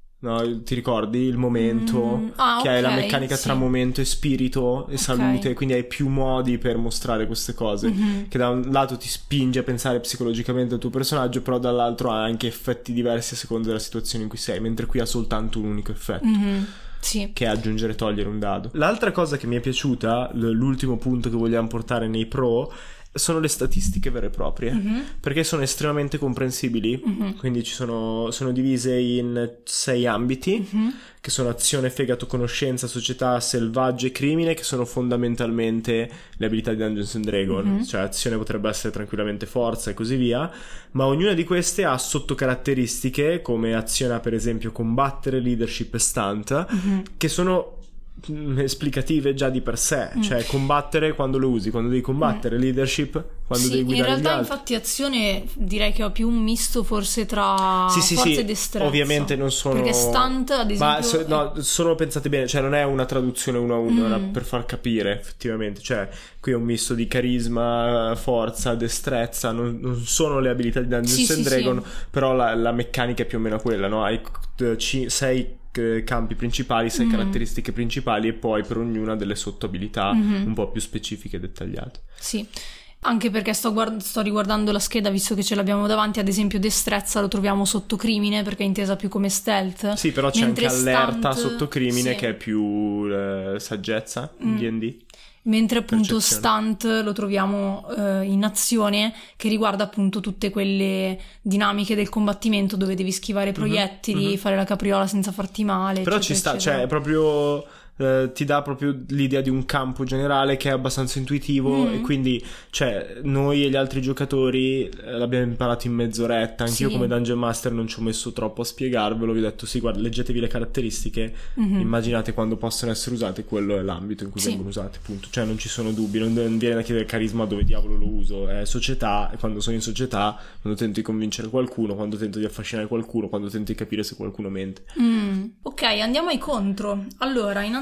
No, ti ricordi il momento mm, ah, che okay, hai la meccanica sì. tra momento e spirito e okay. salute, quindi hai più modi per mostrare queste cose mm-hmm. che da un lato ti spinge a pensare psicologicamente al tuo personaggio, però dall'altro ha anche effetti diversi a seconda della situazione in cui sei, mentre qui ha soltanto un unico effetto mm-hmm. sì. che è aggiungere e togliere un dado. L'altra cosa che mi è piaciuta, l'ultimo punto che vogliamo portare nei pro, sono le statistiche vere e proprie mm-hmm. perché sono estremamente comprensibili mm-hmm. quindi ci sono, sono divise in sei ambiti mm-hmm. che sono azione, fegato, conoscenza, società, selvaggio e crimine, che sono fondamentalmente le abilità di Dungeons and Dragons mm-hmm. cioè azione potrebbe essere tranquillamente forza e così via, ma ognuna di queste ha sottocaratteristiche, come azione ha per esempio combattere, leadership e stunt mm-hmm. che sono esplicative già di per sé, mm. cioè combattere quando lo usi, quando devi combattere, mm. leadership quando sì, devi guidare in realtà gli altri. Infatti azione direi che ho più un misto forse tra sì, sì, forza sì, e destrezza, ovviamente non sono, perché stunt ad esempio ma so, no, sono pensate bene, cioè non è una traduzione uno a uno, mm. era per far capire effettivamente, cioè qui è un misto di carisma, forza, destrezza, non, non sono le abilità di Dungeons sì, and sì, Dragons sì. però la, la meccanica è più o meno quella, no? Hai c- sei campi principali, sei mm. caratteristiche principali e poi per ognuna delle sottoabilità mm-hmm. un po' più specifiche e dettagliate. Sì, anche perché sto, guard- sto riguardando la scheda, visto che ce l'abbiamo davanti, ad esempio destrezza lo troviamo sotto crimine perché è intesa più come stealth. Sì, però c'è mentre anche allerta stunt, sotto crimine sì. che è più eh, saggezza in mm. D and D. Mentre appunto stunt lo troviamo uh, in azione, che riguarda appunto tutte quelle dinamiche del combattimento dove devi schivare proiettili, mm-hmm. fare la capriola senza farti male. Però eccetera, ci sta, eccetera. cioè è proprio eh, ti dà proprio l'idea di un campo generale che è abbastanza intuitivo mm. e quindi cioè noi e gli altri giocatori eh, l'abbiamo imparato in mezz'oretta. Anch'io sì. come Dungeon Master non ci ho messo troppo a spiegarvelo, vi ho detto sì, guarda, leggetevi le caratteristiche, mm-hmm. immaginate quando possono essere usate, quello è l'ambito in cui sì. vengono usate, punto. Cioè non ci sono dubbi, non, non viene da chiedere carisma dove diavolo lo uso, è società, e quando sono in società, quando tento di convincere qualcuno, quando tento di affascinare qualcuno, quando tento di capire se qualcuno mente. mm. Ok, andiamo ai contro. Allora, innanzitutto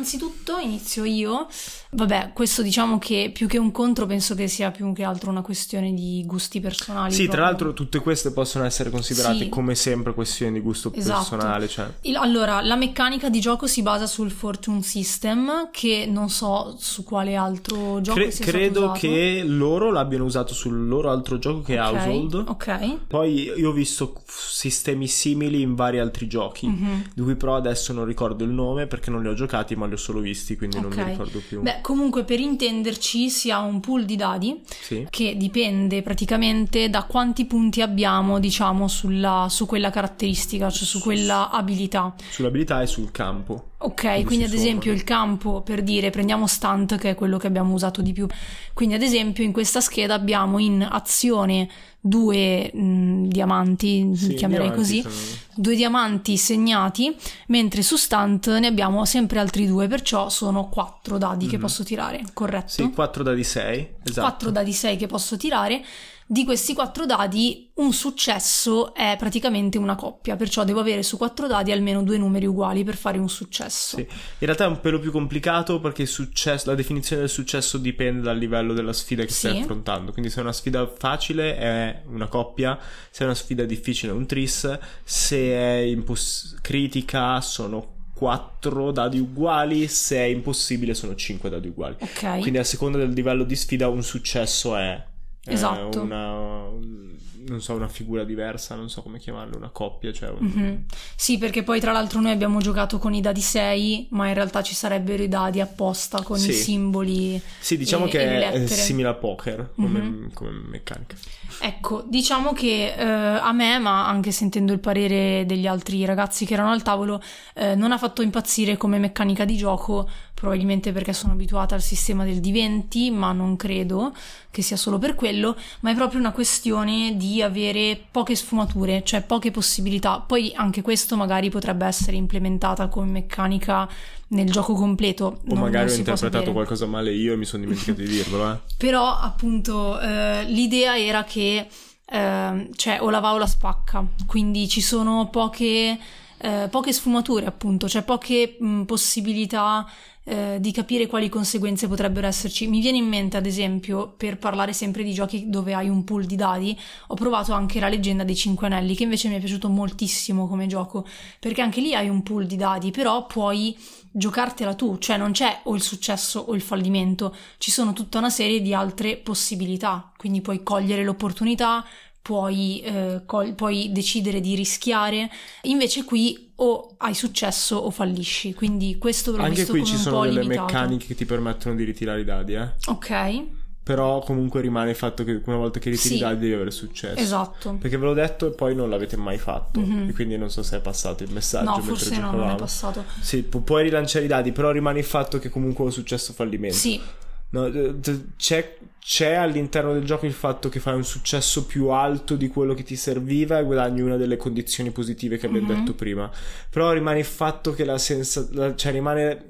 innanzitutto inizio io. Vabbè, questo diciamo che più che un contro penso che sia più che altro una questione di gusti personali. Sì, proprio. Tra l'altro tutte queste possono essere considerate sì. come sempre questioni di gusto esatto. personale. Cioè. Il, allora, la meccanica di gioco si basa sul Fortune System, che non so su quale altro gioco Cre- sia credo stato usato. Che loro l'abbiano usato sul loro altro gioco che okay, è Household. Ok. Poi io ho visto sistemi simili in vari altri giochi, mm-hmm. di cui però adesso non ricordo il nome perché non li ho giocati, ma li ho solo visti, quindi okay. non mi ricordo più. Beh, comunque per intenderci si ha un pool di dadi sì. che dipende praticamente da quanti punti abbiamo, diciamo, sulla, su quella caratteristica, cioè su quella abilità. Sull'abilità e sul campo. Ok, quindi, quindi ad esempio il campo, per dire, prendiamo stunt, che è quello che abbiamo usato di più. Quindi ad esempio in questa scheda abbiamo in azione due mh, diamanti, sì, li chiamerei diamanti così, sono... due diamanti segnati, mentre su stunt ne abbiamo sempre altri due, perciò sono quattro dadi mm-hmm. che posso tirare, corretto? Sì, quattro dadi sei, esatto. quattro dadi sei che posso tirare. Di questi quattro dadi un successo è praticamente una coppia, perciò devo avere su quattro dadi almeno due numeri uguali per fare un successo. Sì. In realtà è un pelo più complicato perché il successo, la definizione del successo dipende dal livello della sfida che sì. stai affrontando. Quindi se è una sfida facile è una coppia, se è una sfida difficile è un tris, se è imposs- critica sono quattro dadi uguali, se è impossibile sono cinque dadi uguali. Ok. Quindi a seconda del livello di sfida un successo è esatto. una, non so, una figura diversa, non so come chiamarlo, una coppia, cioè un... mm-hmm. Sì, perché poi tra l'altro noi abbiamo giocato con i dadi sei, ma in realtà ci sarebbero i dadi apposta con sì. i simboli. Sì, diciamo e, che e è simile al poker come, mm-hmm. come meccanica. Ecco, diciamo che eh, a me, ma anche sentendo il parere degli altri ragazzi che erano al tavolo, eh, non ha fatto impazzire come meccanica di gioco, probabilmente perché sono abituata al sistema del D venti, ma non credo che sia solo per quello, ma è proprio una questione di avere poche sfumature, cioè poche possibilità. Poi anche questo magari potrebbe essere implementata come meccanica nel gioco completo. O non, magari non ho interpretato qualcosa male io e mi sono dimenticato di dirvelo, eh. Però appunto eh, l'idea era che eh, cioè o la va o la spacca, quindi ci sono poche eh, poche sfumature, appunto, cioè poche mh, possibilità eh, di capire quali conseguenze potrebbero esserci. Mi viene in mente, ad esempio, per parlare sempre di giochi dove hai un pool di dadi, ho provato anche La leggenda dei cinque anelli, che invece mi è piaciuto moltissimo come gioco, perché anche lì hai un pool di dadi, però puoi giocartela tu, cioè non c'è o il successo o il fallimento, ci sono tutta una serie di altre possibilità, quindi puoi cogliere l'opportunità, puoi, eh, col- puoi decidere di rischiare. Invece qui o hai successo o fallisci, quindi questo l'ho anche visto qui come ci un sono po' delle limitato. meccaniche che ti permettono di ritirare i dadi, eh ok, però comunque rimane il fatto che una volta che ritiri sì. i dadi devi avere successo, esatto, perché ve l'ho detto e poi non l'avete mai fatto, mm-hmm. e quindi non so se è passato il messaggio no, mentre forse no, giocavamo. non è passato. Sì, pu- puoi rilanciare i dadi, però rimane il fatto che comunque ho successo o fallimento. Sì. No, c'è, c'è all'interno del gioco il fatto che fai un successo più alto di quello che ti serviva e guadagni una delle condizioni positive che abbiamo mm-hmm. detto prima, però rimane il fatto che la sensazione, cioè rimane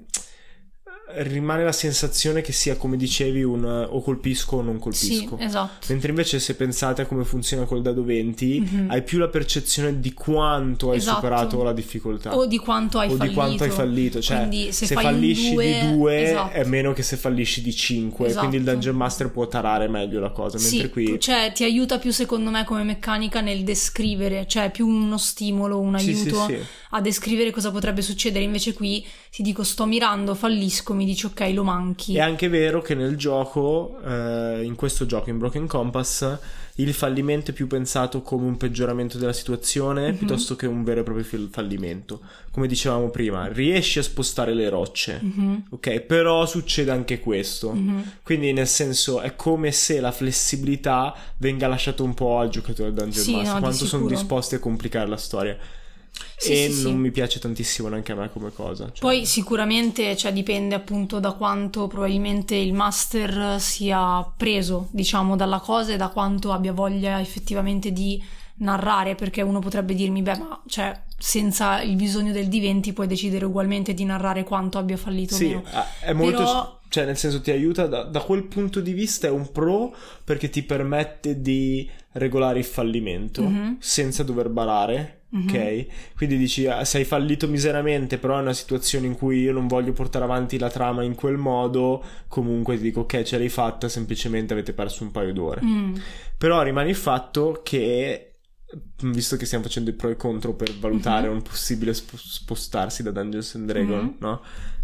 rimane la sensazione che sia, come dicevi, un o colpisco o non colpisco. Sì, esatto. Mentre invece se pensate a come funziona col dado venti, mm-hmm. hai più la percezione di quanto hai esatto. superato la difficoltà o di quanto hai o fallito, di quanto hai fallito, cioè quindi se, se fai fallisci due, di due esatto. è meno che se fallisci di cinque, esatto. quindi il Dungeon Master può tarare meglio la cosa, mentre sì, qui cioè ti aiuta più, secondo me, come meccanica nel descrivere, cioè più uno stimolo, un aiuto sì, sì, sì. a descrivere cosa potrebbe succedere. Invece qui ti dico sto mirando, fallisco, mi dici ok, lo manchi. È anche vero che nel gioco, eh, in questo gioco, in Broken Compass, il fallimento è più pensato come un peggioramento della situazione, mm-hmm. piuttosto che un vero e proprio fallimento. Come dicevamo prima, riesci a spostare le rocce, mm-hmm. ok? Però succede anche questo. Mm-hmm. Quindi nel senso è come se la flessibilità venga lasciata un po' al giocatore del Dungeon sì, Master, no, quanto di sono sicuro. disposti a complicare la storia. Sì, e sì, non sì. mi piace tantissimo neanche a me come cosa, cioè. Poi sicuramente, cioè, dipende appunto da quanto probabilmente il master sia preso, diciamo, dalla cosa e da quanto abbia voglia effettivamente di narrare, perché uno potrebbe dirmi beh, ma cioè senza il bisogno del D venti puoi decidere ugualmente di narrare quanto abbia fallito sì, o meno. è molto Però... cioè nel senso ti aiuta da, da quel punto di vista, è un pro perché ti permette di regolare il fallimento mm-hmm. senza dover barare, mm-hmm. ok? Quindi dici ah, sei fallito miseramente, però è una situazione in cui io non voglio portare avanti la trama in quel modo, comunque ti dico ok, ce l'hai fatta, semplicemente avete perso un paio d'ore. Mm. Però rimane il fatto che, visto che stiamo facendo i pro e contro per valutare mm-hmm. un possibile sp- spostarsi da Dungeons and Dragons, mm-hmm. no?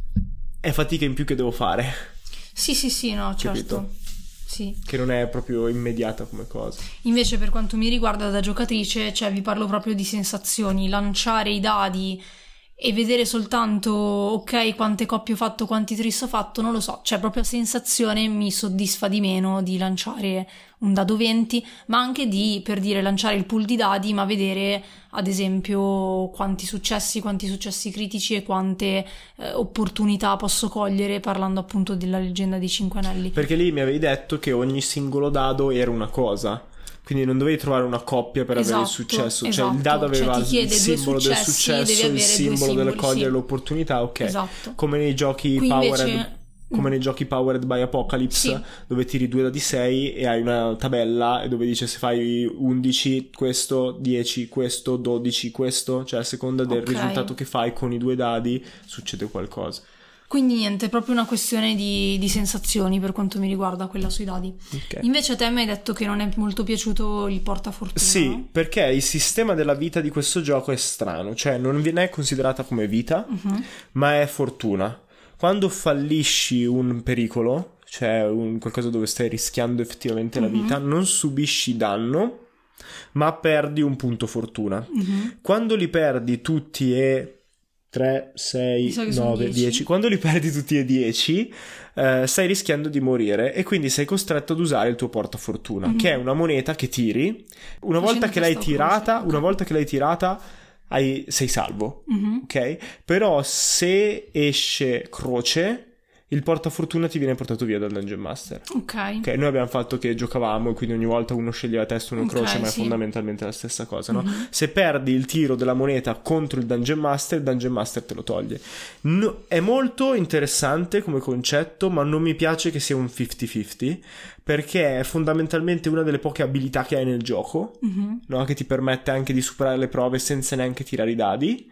È fatica in più che devo fare. Sì, sì, sì, no, certo. Capito? Sì. Che non è proprio immediata come cosa. Invece per quanto mi riguarda da giocatrice, cioè vi parlo proprio di sensazioni, lanciare i dadi e vedere soltanto ok quante coppie ho fatto, quanti tris ho fatto, non lo so, cioè proprio a sensazione mi soddisfa di meno di lanciare un dado venti, ma anche di, per dire, lanciare il pool di dadi ma vedere ad esempio quanti successi, quanti successi critici e quante eh, opportunità posso cogliere, parlando appunto della leggenda dei Cinque Anelli. Perché lì mi avevi detto che ogni singolo dado era una cosa, quindi non dovevi trovare una coppia per esatto, avere il successo, esatto. cioè il dado aveva cioè, il simbolo successi, del successo, il simbolo del cogliere sì. l'opportunità, ok, esatto. come nei giochi Qui Powered invece... come nei giochi Powered by Apocalypse, sì. dove tiri due dadi sei e hai una tabella e dove dice se fai undici questo, dieci questo, dodici questo, cioè a seconda del okay. risultato che fai con i due dadi succede qualcosa. Quindi niente, è proprio una questione di, di sensazioni per quanto mi riguarda quella sui dadi. Okay. Invece a te mi hai detto che non è molto piaciuto il portafortuna. Sì, no? Perché il sistema della vita di questo gioco è strano, cioè non viene considerata come vita, uh-huh. ma è fortuna. Quando fallisci un pericolo, cioè un qualcosa dove stai rischiando effettivamente uh-huh. la vita, non subisci danno, ma perdi un punto fortuna. Uh-huh. Quando li perdi tutti e tre, sei, nove, dieci. Quando li perdi tutti e dieci, eh, stai rischiando di morire e quindi sei costretto ad usare il tuo portafortuna, mm-hmm. che è una moneta che tiri. Una Facendo volta che l'hai tirata, cosa, una volta che l'hai tirata, hai, sei salvo, mm-hmm. ok? Però se esce croce, il portafortuna ti viene portato via dal Dungeon Master. Ok. Ok, noi abbiamo fatto che giocavamo e quindi ogni volta uno sceglieva testa e uno okay, croce, ma sì. è fondamentalmente la stessa cosa, no? Mm-hmm. Se perdi il tiro della moneta contro il Dungeon Master, il Dungeon Master te lo toglie. No, è molto interessante come concetto, ma non mi piace che sia un cinquanta cinquanta, perché è fondamentalmente una delle poche abilità che hai nel gioco, mm-hmm. no? Che ti permette anche di superare le prove senza neanche tirare i dadi.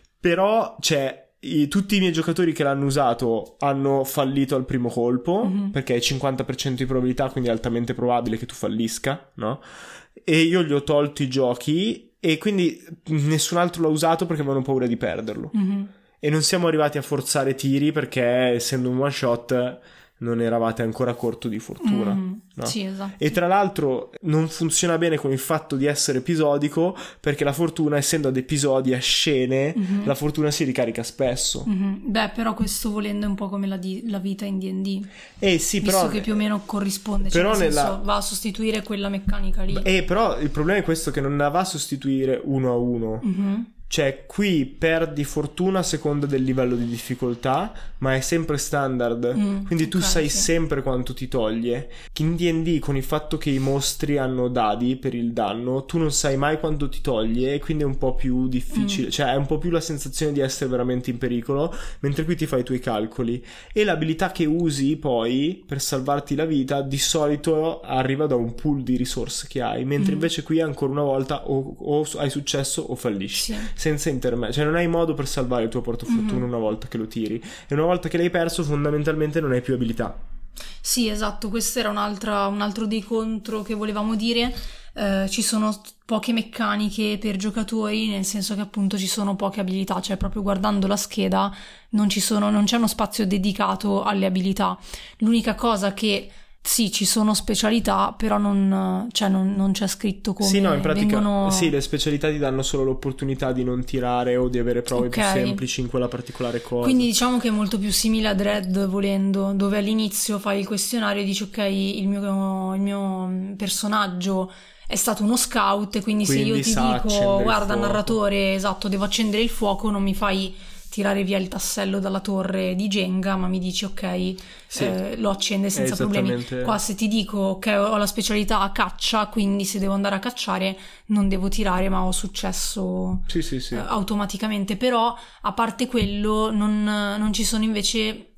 Però c'è... I, tutti i miei giocatori che l'hanno usato hanno fallito al primo colpo, mm-hmm. perché hai cinquanta per cento di probabilità, quindi è altamente probabile che tu fallisca, no? E io gli ho tolto i giochi e quindi nessun altro l'ha usato perché avevano paura di perderlo. Mm-hmm. E non siamo arrivati a forzare tiri perché, essendo un one shot, non eravate ancora corto di fortuna, mm, no? Sì, esatto. E tra l'altro non funziona bene con il fatto di essere episodico, perché la fortuna, essendo ad episodi, a scene, mm-hmm. la fortuna si ricarica spesso. Mm-hmm. Beh, però questo volendo è un po' come la, di- la vita in D and D. Eh sì, visto però... che più o meno corrisponde, cioè però nel nella... senso va a sostituire quella meccanica lì. Eh, però il problema è questo, che non la va a sostituire uno a uno. Mm-hmm. Cioè, qui perdi fortuna a seconda del livello di difficoltà, ma è sempre standard, mm, quindi tu okay, sai sì. sempre quanto ti toglie. In D and D, con il fatto che i mostri hanno dadi per il danno, tu non sai mai quanto ti toglie e quindi è un po' più difficile, mm. cioè è un po' più la sensazione di essere veramente in pericolo, mentre qui ti fai i tuoi calcoli. E l'abilità che usi poi per salvarti la vita di solito arriva da un pool di risorse che hai, mentre mm. invece qui ancora una volta o, o hai successo o fallisci. Sì. Senza intermezzo, cioè non hai modo per salvare il tuo portafortuna mm-hmm. una volta che lo tiri, e una volta che l'hai perso fondamentalmente non hai più abilità. Sì, esatto, questo era un'altra, un altro dei contro che volevamo dire. Eh, ci sono poche meccaniche per giocatori, nel senso che appunto ci sono poche abilità, cioè proprio guardando la scheda non ci sono, non c'è uno spazio dedicato alle abilità. L'unica cosa che sì, ci sono specialità, però non, cioè non, non c'è scritto come sì, no, in pratica vengono... sì, le specialità ti danno solo l'opportunità di non tirare o di avere prove okay. più semplici in quella particolare cosa. Quindi diciamo che è molto più simile a Dread, volendo, dove all'inizio fai il questionario e dici ok, il mio, il mio personaggio è stato uno scout, e quindi, quindi se io ti dico guarda narratore, esatto, devo accendere il fuoco, non mi fai tirare via il tassello dalla torre di Jenga, ma mi dici ok, sì, eh, lo accende senza problemi. Qua se ti dico ok, ho la specialità a caccia, quindi se devo andare a cacciare non devo tirare, ma ho successo sì, sì, sì. Eh, automaticamente. Però a parte quello non, non ci sono invece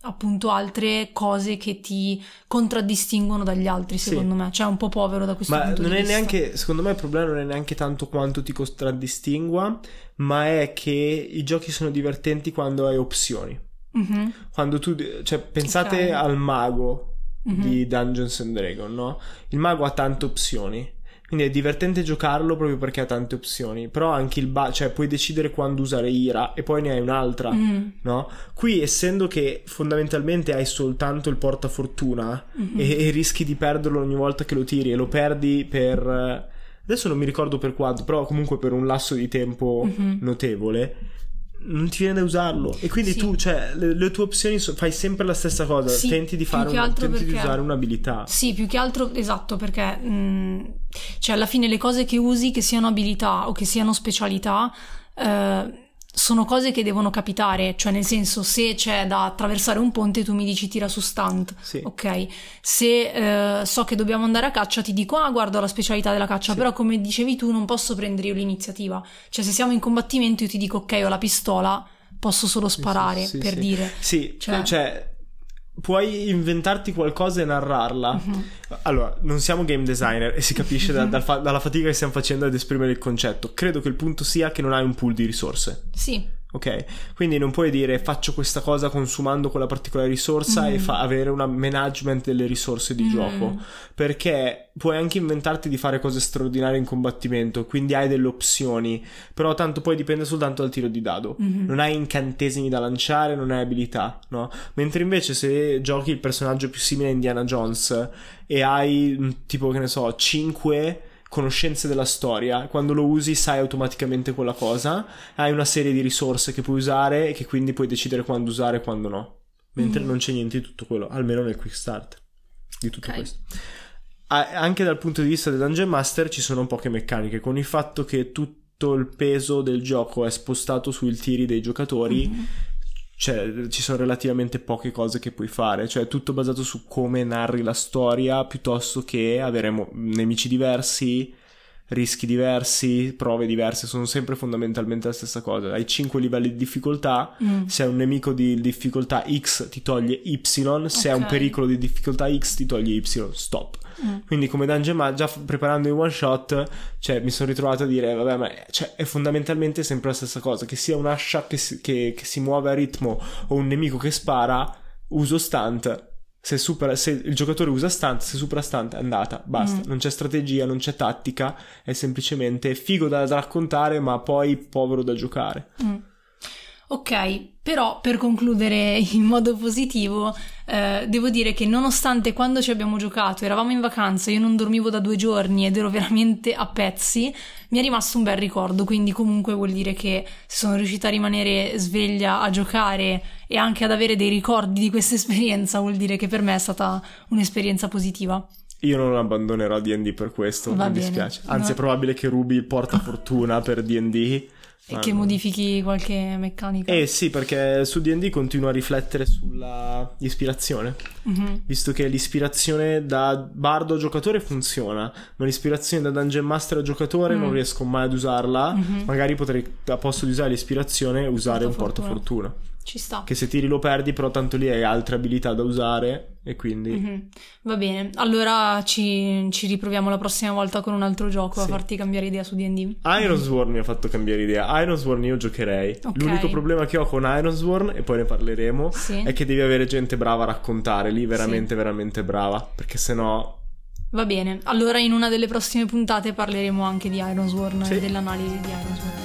appunto altre cose che ti contraddistinguono dagli altri, secondo sì. me, cioè è un po' povero da questo ma punto non di è vista. neanche, secondo me il problema non è neanche tanto quanto ti contraddistingua, ma è che i giochi sono divertenti quando hai opzioni. Mm-hmm. Quando tu, cioè pensate Okay. al mago Mm-hmm. di Dungeons and Dragons, no? Il mago ha tante opzioni, quindi è divertente giocarlo proprio perché ha tante opzioni, però anche il ba- cioè puoi decidere quando usare ira e poi ne hai un'altra, Mm-hmm. no? Qui, essendo che fondamentalmente hai soltanto il portafortuna Mm-hmm. e, e rischi di perderlo ogni volta che lo tiri, e lo perdi per, adesso non mi ricordo per quanto, però comunque per un lasso di tempo Mm-hmm. notevole, non ti viene da usarlo, e quindi Sì. tu, cioè, le, le tue opzioni so- fai sempre la stessa cosa, Sì, tenti di più fare che un, altro tenti di perché- usare un'abilità. Sì, più che altro, esatto, perché mh, cioè alla fine le cose che usi, che siano abilità o che siano specialità, eh, sono cose che devono capitare, cioè nel senso, se c'è da attraversare un ponte tu mi dici tira su stunt, Sì. ok? Se eh, so che dobbiamo andare a caccia ti dico ah guarda la specialità della caccia, Sì. però come dicevi tu non posso prendere io l'iniziativa, cioè se siamo in combattimento io ti dico ok ho la pistola, posso solo sparare, Sì, sì, per sì. dire. Sì, Cioè- cioè... puoi inventarti qualcosa e narrarla. Mhm. Allora, non siamo game designer e si capisce da- dal fa- dalla fatica che stiamo facendo ad esprimere il concetto. Credo che il punto sia che non hai un pool di risorse. Sì. Ok, quindi non puoi dire faccio questa cosa consumando quella particolare risorsa Mm. e fa- avere un management delle risorse di Mm. gioco, perché puoi anche inventarti di fare cose straordinarie in combattimento, quindi hai delle opzioni, però tanto poi dipende soltanto dal tiro di dado. Mhm. Non hai incantesimi da lanciare, non hai abilità, no? Mentre invece se giochi il personaggio più simile a Indiana Jones e hai mm, tipo, che ne so, cinque conoscenze della storia, quando lo usi sai automaticamente quella cosa, hai una serie di risorse che puoi usare e che quindi puoi decidere quando usare e quando no, mentre Mm. non c'è niente di tutto quello, almeno nel quick start di tutto Ok. questo. A- anche dal punto di vista del Dungeon Master ci sono poche meccaniche, con il fatto che tutto il peso del gioco è spostato sui tiri dei giocatori. Mhm. Cioè, ci sono relativamente poche cose che puoi fare, cioè è tutto basato su come narri la storia, piuttosto che avere mo- nemici diversi, rischi diversi, prove diverse, sono sempre fondamentalmente la stessa cosa. Hai cinque livelli di difficoltà, Mm. se è un nemico di difficoltà X ti toglie Y, se è un Ok. pericolo di difficoltà X ti toglie Y, stop. Mm. Quindi come Dungeon Ma già f- preparando il one shot, cioè mi sono ritrovato a dire vabbè, ma cioè, è fondamentalmente sempre la stessa cosa, che sia un'ascia che si, che, che si muove a ritmo o un nemico che spara, uso stunt. Se, supera, se il giocatore usa stunt, se supera stunt è andata, basta. Mm. Non c'è strategia, non c'è tattica, è semplicemente figo da, da raccontare, ma poi povero da giocare. Mm. Ok, però per concludere in modo positivo, eh, devo dire che nonostante quando ci abbiamo giocato eravamo in vacanza, io non dormivo da due giorni ed ero veramente a pezzi, mi è rimasto un bel ricordo, quindi comunque vuol dire che se sono riuscita a rimanere sveglia a giocare e anche ad avere dei ricordi di questa esperienza, vuol dire che per me è stata un'esperienza positiva. Io non abbandonerò D and D per questo, Va mi bene. dispiace. Anzi, No. è probabile che rubi il portafortuna per D and D. E Ma che no. modifichi qualche meccanica. Eh sì, perché su D and D continuo a riflettere sulla ispirazione, Mhm. visto che l'ispirazione da bardo a giocatore funziona, ma l'ispirazione da Dungeon Master a giocatore Mm. non riesco mai ad usarla. Mhm. Magari potrei, a posto di usare l'ispirazione, usare un Portafortuna. portafortuna, Ci sta. che se tiri lo perdi, però tanto lì hai altre abilità da usare e quindi... Mhm. Va bene, allora ci, ci riproviamo la prossima volta con un altro gioco a Sì. farti cambiare idea su D and D. Ironsworn mi ha fatto cambiare idea. Ironsworn io giocherei. Ok. L'unico problema che ho con Ironsworn, e poi ne parleremo, Sì. è che devi avere gente brava a raccontare, lì veramente veramente brava, perché sennò... Va bene, allora in una delle prossime puntate parleremo anche di Ironsworn Sì. e dell'analisi di Ironsworn.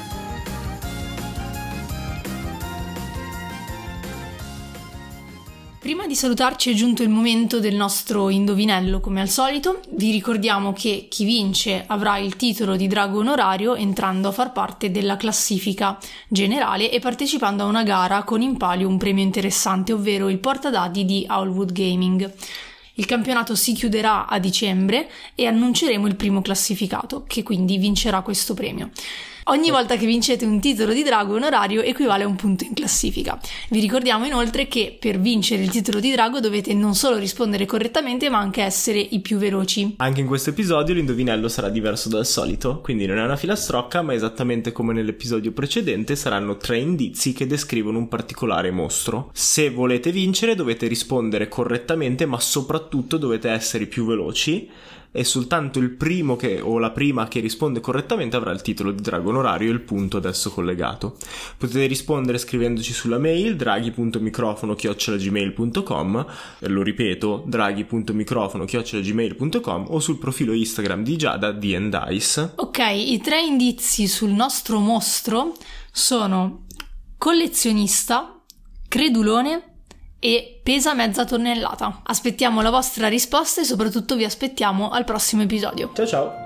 Prima di salutarci è giunto il momento del nostro indovinello, come al solito. Vi ricordiamo che chi vince avrà il titolo di drago onorario entrando a far parte della classifica generale e partecipando a una gara con in palio un premio interessante, ovvero il portadadi di Owlwood Gaming. Il campionato si chiuderà a dicembre e annunceremo il primo classificato, che quindi vincerà questo premio. Ogni volta che vincete un titolo di drago onorario equivale a un punto in classifica. Vi ricordiamo inoltre che per vincere il titolo di drago dovete non solo rispondere correttamente ma anche essere i più veloci. Anche in questo episodio l'indovinello sarà diverso dal solito, quindi non è una filastrocca, ma esattamente come nell'episodio precedente saranno tre indizi che descrivono un particolare mostro. Se volete vincere dovete rispondere correttamente, ma soprattutto dovete essere i più veloci, e soltanto il primo che o la prima che risponde correttamente avrà il titolo di drago onorario e il punto ad esso collegato. Potete rispondere scrivendoci sulla mail draghi punto microfono chiocciola gmail punto com, lo ripeto draghi punto microfono chiocciola gmail punto com, o sul profilo Instagram di Giada D and Dice. Ok, i tre indizi sul nostro mostro sono collezionista, credulone e pesa mezza tonnellata. Aspettiamo la vostra risposta e soprattutto vi aspettiamo al prossimo episodio. Ciao ciao!